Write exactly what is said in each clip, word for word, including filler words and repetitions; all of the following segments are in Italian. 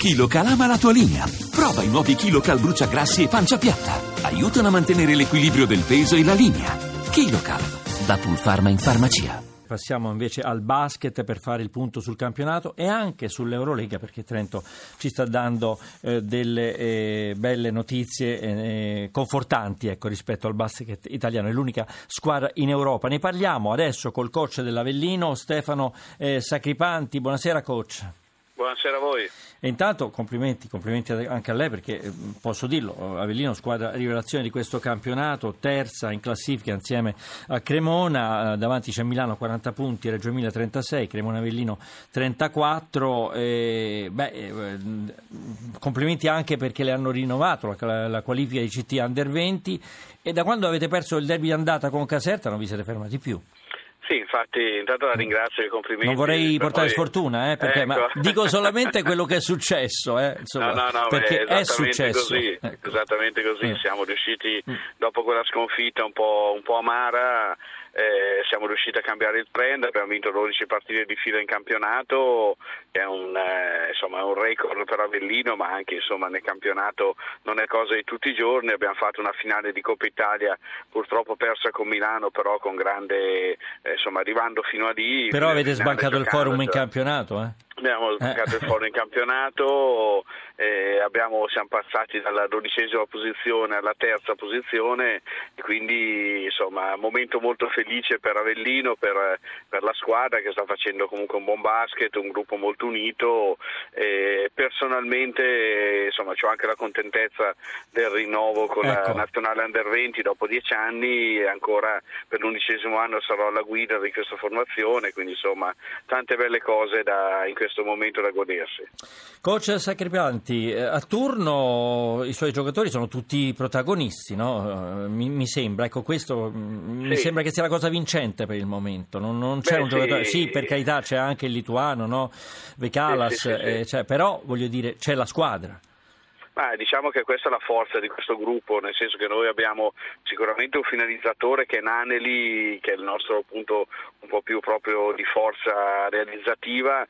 KiloCal ama la tua linea. Prova i nuovi KiloCal bruciagrassi e pancia piatta. Aiutano a mantenere l'equilibrio del peso e la linea. KiloCal, da Pulpharma in farmacia. Passiamo invece al basket per fare il punto sul campionato e anche sull'Eurolega, perché Trento ci sta dando eh, delle eh, belle notizie eh, confortanti, ecco, rispetto al basket italiano. È l'unica squadra in Europa. Ne parliamo adesso col coach dell'Avellino, Stefano eh, Sacripanti. Buonasera coach. Buonasera a voi. E intanto complimenti, complimenti anche a lei, perché eh, posso dirlo, Avellino squadra rivelazione di questo campionato, terza in classifica insieme a Cremona, eh, davanti c'è Milano quaranta punti, Reggio Emilia trentasei, Cremona Avellino trentaquattro, e, beh, eh, complimenti anche perché le hanno rinnovato la, la qualifica di C T Under venti, e da quando avete perso il derby di andata con Caserta non vi siete fermati più. Sì, infatti, intanto la ringrazio e i complimenti. Non vorrei portare poi... sfortuna, eh, perché, ecco. ma dico solamente quello che è successo, eh, insomma, no, no, no, perché è, è successo. Così, ecco. Esattamente così, Mm. siamo riusciti, Mm. dopo quella sconfitta un po', un po' amara, eh, siamo riusciti a cambiare il trend, abbiamo vinto dodici partite di fila in campionato, che è un, eh, insomma, è un record per Avellino, ma anche insomma, nel campionato non è cosa di tutti i giorni. Abbiamo fatto una finale di Coppa Italia, purtroppo persa con Milano, però con grande, eh, insomma, arrivando fino a lì. Però avete sbancato il forum in cioè, campionato, eh? Abbiamo sbancato eh. il forum in campionato, eh, abbiamo, siamo passati dalla dodicesima posizione alla terza posizione, e quindi insomma un momento molto felice per Avellino, per, per la squadra che sta facendo comunque un buon basket, un gruppo molto unito. Eh, personalmente insomma c'ho anche la contentezza del rinnovo con ecco. la nazionale Under venti dopo dieci anni, e ancora per l'undicesimo anno sarò alla guida di questa formazione, quindi insomma tante belle cose da, in questo momento da godersi. Coach Sacripanti, a turno i suoi giocatori sono tutti protagonisti, no? Mi, mi sembra, ecco, questo sì. mi sembra che sia la cosa vincente per il momento. Non, non c'è Beh, un giocatore, sì. sì, per carità, c'è anche il lituano, no? Vekalas, sì, sì, sì, eh, cioè, però voglio dire, c'è la squadra. Ah, diciamo che questa è la forza di questo gruppo, nel senso che noi abbiamo sicuramente un finalizzatore che è Naneli, che è il nostro punto un po' più proprio di forza realizzativa,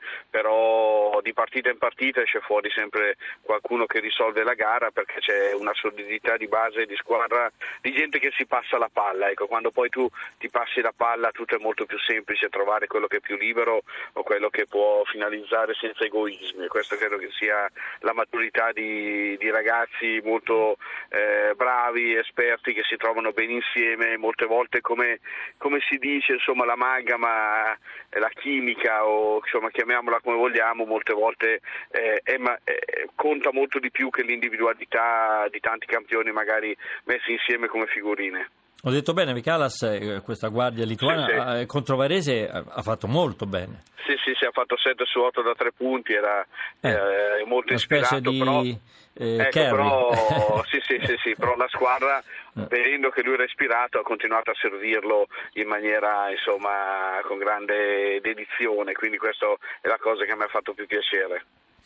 però di partita in partita esce fuori sempre qualcuno che risolve la gara, perché c'è una solidità di base, di squadra, di gente che si passa la palla. Ecco, quando poi tu ti passi la palla tutto è molto più semplice, trovare quello che è più libero o quello che può finalizzare senza egoismi, e questo credo che sia la maturità di di ragazzi molto eh, bravi, esperti, che si trovano bene insieme. Molte volte, come, come si dice, insomma, l'amalgama, la chimica, o insomma chiamiamola come vogliamo, molte volte eh, è, eh, conta molto di più che l'individualità di tanti campioni magari messi insieme come figurine. Ho detto bene, Vekalas, questa guardia lituana, sì, sì. contro Varese ha fatto molto bene. Sì, sì, si è fatto sette su otto da tre punti, era eh, eh, molto una ispirato, di, però, eh, ecco, però sì, sì, sì, sì, però la squadra, vedendo che lui era ispirato, ha continuato a servirlo in maniera, insomma, con grande dedizione, quindi questa è la cosa che mi ha fatto più piacere.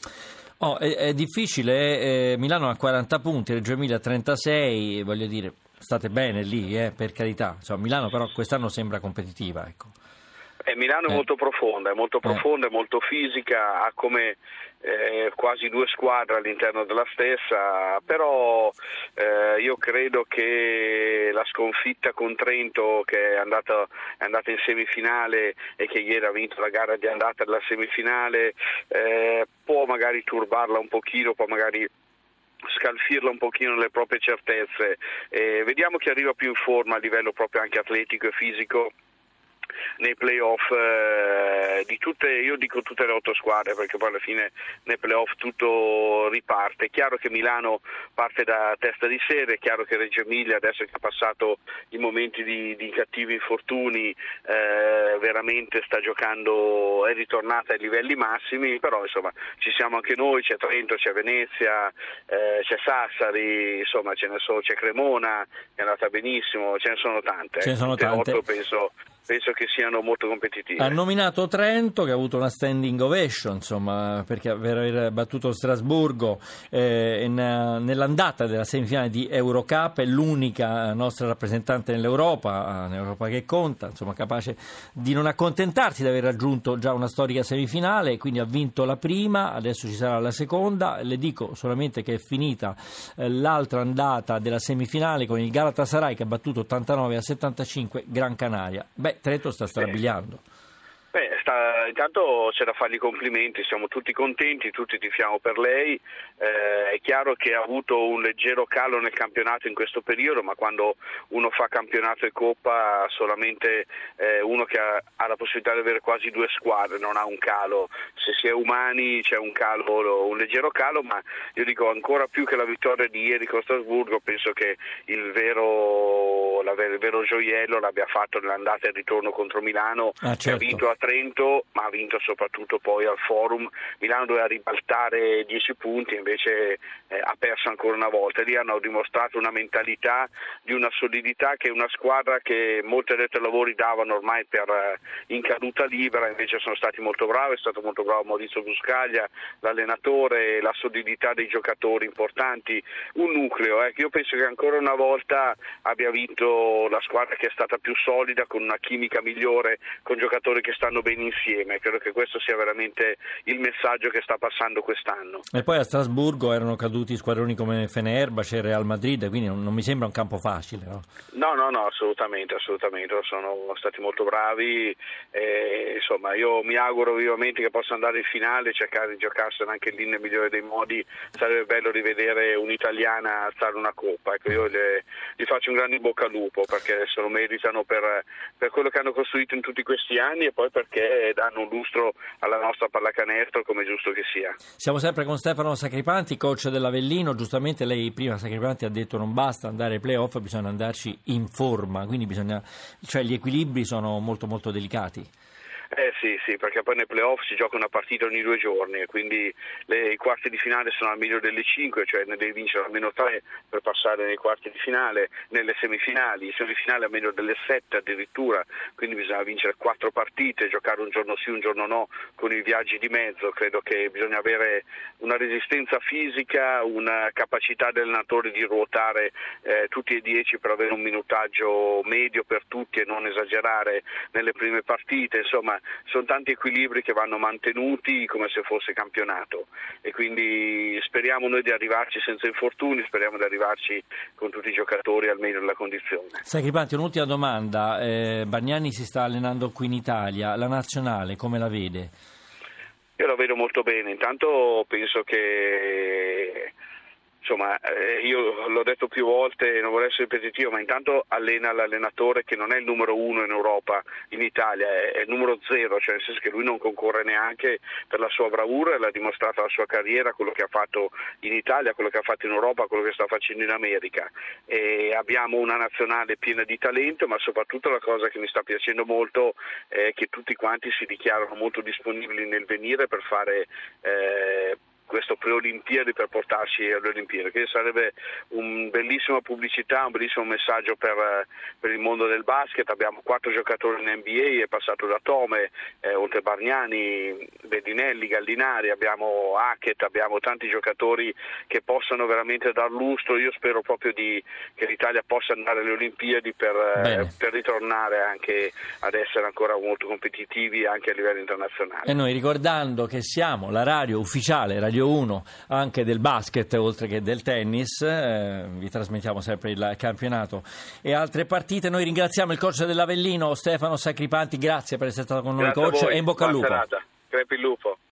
Oh, è, è difficile, eh, Milano ha quaranta punti, Reggio Emilia trentasei, voglio dire, state bene lì, eh, per carità. Insomma, Milano però quest'anno sembra competitiva, ecco. Eh, Milano è eh. molto profonda, è molto profonda, è molto fisica, ha come eh, quasi due squadre all'interno della stessa, però eh, io credo che la sconfitta con Trento, che è andata, è andata in semifinale e che ieri ha vinto la gara di andata della semifinale, eh, può magari turbarla un pochino, può magari scalfirla un pochino nelle proprie certezze. Eh, vediamo chi arriva più in forma a livello proprio anche atletico e fisico nei playoff, eh, di tutte, io dico tutte le otto squadre, perché poi alla fine nei playoff tutto riparte. È chiaro che Milano parte da testa di serie, è chiaro che Reggio Emilia, adesso che ha passato i momenti di, di cattivi infortuni, eh, veramente sta giocando, è ritornata ai livelli massimi, però insomma ci siamo anche noi, c'è Trento, c'è Venezia, eh, c'è Sassari, insomma ce ne so, c'è Cremona che è andata benissimo, ce ne sono tante, ce ne sono tutte tante. otto penso penso che siano molto competitive. Ha nominato Trento, che ha avuto una standing ovation, insomma, perché per aver battuto Strasburgo eh, in, nell'andata della semifinale di Eurocup, è l'unica nostra rappresentante nell'Europa, un'Europa che conta, insomma, capace di non accontentarsi di aver raggiunto già una storica semifinale, quindi ha vinto la prima, adesso ci sarà la seconda. Le dico solamente che è finita eh, l'altra andata della semifinale con il Galatasaray che ha battuto ottantanove a settantacinque Gran Canaria. Beh, Trento sta strabiliando. Beh, sta, intanto c'è da fargli i complimenti, siamo tutti contenti, tutti tifiamo per lei. Eh, è chiaro che ha avuto un leggero calo nel campionato in questo periodo, ma quando uno fa campionato e coppa solamente eh, uno che ha, ha la possibilità di avere quasi due squadre, non ha un calo. Se si è umani c'è un calo, un leggero calo, ma io dico ancora più che la vittoria di ieri con Strasburgo, penso che il vero, la, il vero gioiello l'abbia fatto nell'andata e il ritorno contro Milano, ah, certo. che ha vinto a Trento, ma ha vinto soprattutto poi al Forum. Milano doveva ribaltare dieci punti, invece eh, ha perso ancora una volta. Lì hanno dimostrato una mentalità di una solidità che è una squadra che molti addetti ai lavori davano ormai per eh, in caduta libera, invece sono stati molto bravi, è stato molto bravo Maurizio Buscaglia, l'allenatore, la solidità dei giocatori importanti, un nucleo eh, che io penso che ancora una volta abbia vinto la squadra che è stata più solida, con una chimica migliore, con giocatori che stanno bene insieme. Credo che questo sia veramente il messaggio che sta passando quest'anno. E poi a Strasburgo erano caduti squadroni come Fenerbahce e Real Madrid, quindi non, non mi sembra un campo facile, no? No, no, no, assolutamente, assolutamente, sono stati molto bravi, e, insomma io mi auguro vivamente che possa andare in finale e cercare di giocarsene anche lì nel migliore dei modi. Sarebbe bello rivedere un'italiana alzare una coppa, ecco, io le, gli faccio un grande in bocca al lupo, perché se lo meritano per, per quello che hanno costruito in tutti questi anni e poi perché danno un lustro alla nostra pallacanestro come è giusto che sia. Siamo sempre con Stefano Sacripanti, coach dell'Avellino. Giustamente lei prima, Sacripanti, ha detto non basta andare ai playoff, bisogna andarci in forma, quindi bisogna, cioè gli equilibri sono molto molto delicati. Eh sì, sì, perché poi nei playoff si gioca una partita ogni due giorni e quindi le, i quarti di finale sono al meglio delle cinque, cioè ne devi vincere almeno tre per passare nei quarti di finale, nelle semifinali, i semifinali al meglio delle sette addirittura, quindi bisogna vincere quattro partite, giocare un giorno sì, un giorno no, con i viaggi di mezzo. Credo che bisogna avere una resistenza fisica, una capacità dell'allenatore di ruotare eh, tutti e dieci per avere un minutaggio medio per tutti e non esagerare nelle prime partite, insomma sono tanti equilibri che vanno mantenuti come se fosse campionato e quindi speriamo noi di arrivarci senza infortuni, speriamo di arrivarci con tutti i giocatori al meglio della condizione. Sacripanti, un'ultima domanda, eh, Bargnani si sta allenando qui in Italia, la nazionale come la vede? Io la vedo molto bene, intanto penso che insomma, eh, io l'ho detto più volte, non vorrei essere ripetitivo, ma intanto allena l'allenatore che non è il numero uno in Europa, in Italia, è, è il numero zero, cioè nel senso che lui non concorre neanche per la sua bravura e l'ha dimostrato la sua carriera, quello che ha fatto in Italia, quello che ha fatto in Europa, quello che sta facendo in America. E abbiamo una nazionale piena di talento, ma soprattutto la cosa che mi sta piacendo molto è che tutti quanti si dichiarano molto disponibili nel venire per fare eh, questo pre-Olimpiadi, per portarsi alle Olimpiadi, che sarebbe un bellissima pubblicità, un bellissimo messaggio per, per il mondo del basket. Abbiamo quattro giocatori in N B A, è passato da Tome, eh, oltre Bargnani, Bedinelli, Gallinari, abbiamo Hackett, abbiamo tanti giocatori che possono veramente dar lustro. Io spero proprio di, che l'Italia possa andare alle Olimpiadi per, eh, per ritornare anche ad essere ancora molto competitivi anche a livello internazionale. E noi, ricordando che siamo la radio ufficiale, Radio uno, anche del basket oltre che del tennis, eh, vi trasmettiamo sempre il campionato e altre partite. Noi ringraziamo il coach dell'Avellino Stefano Sacripanti, grazie per essere stato con noi, grazie coach, e in bocca al lupo. Crepi il lupo.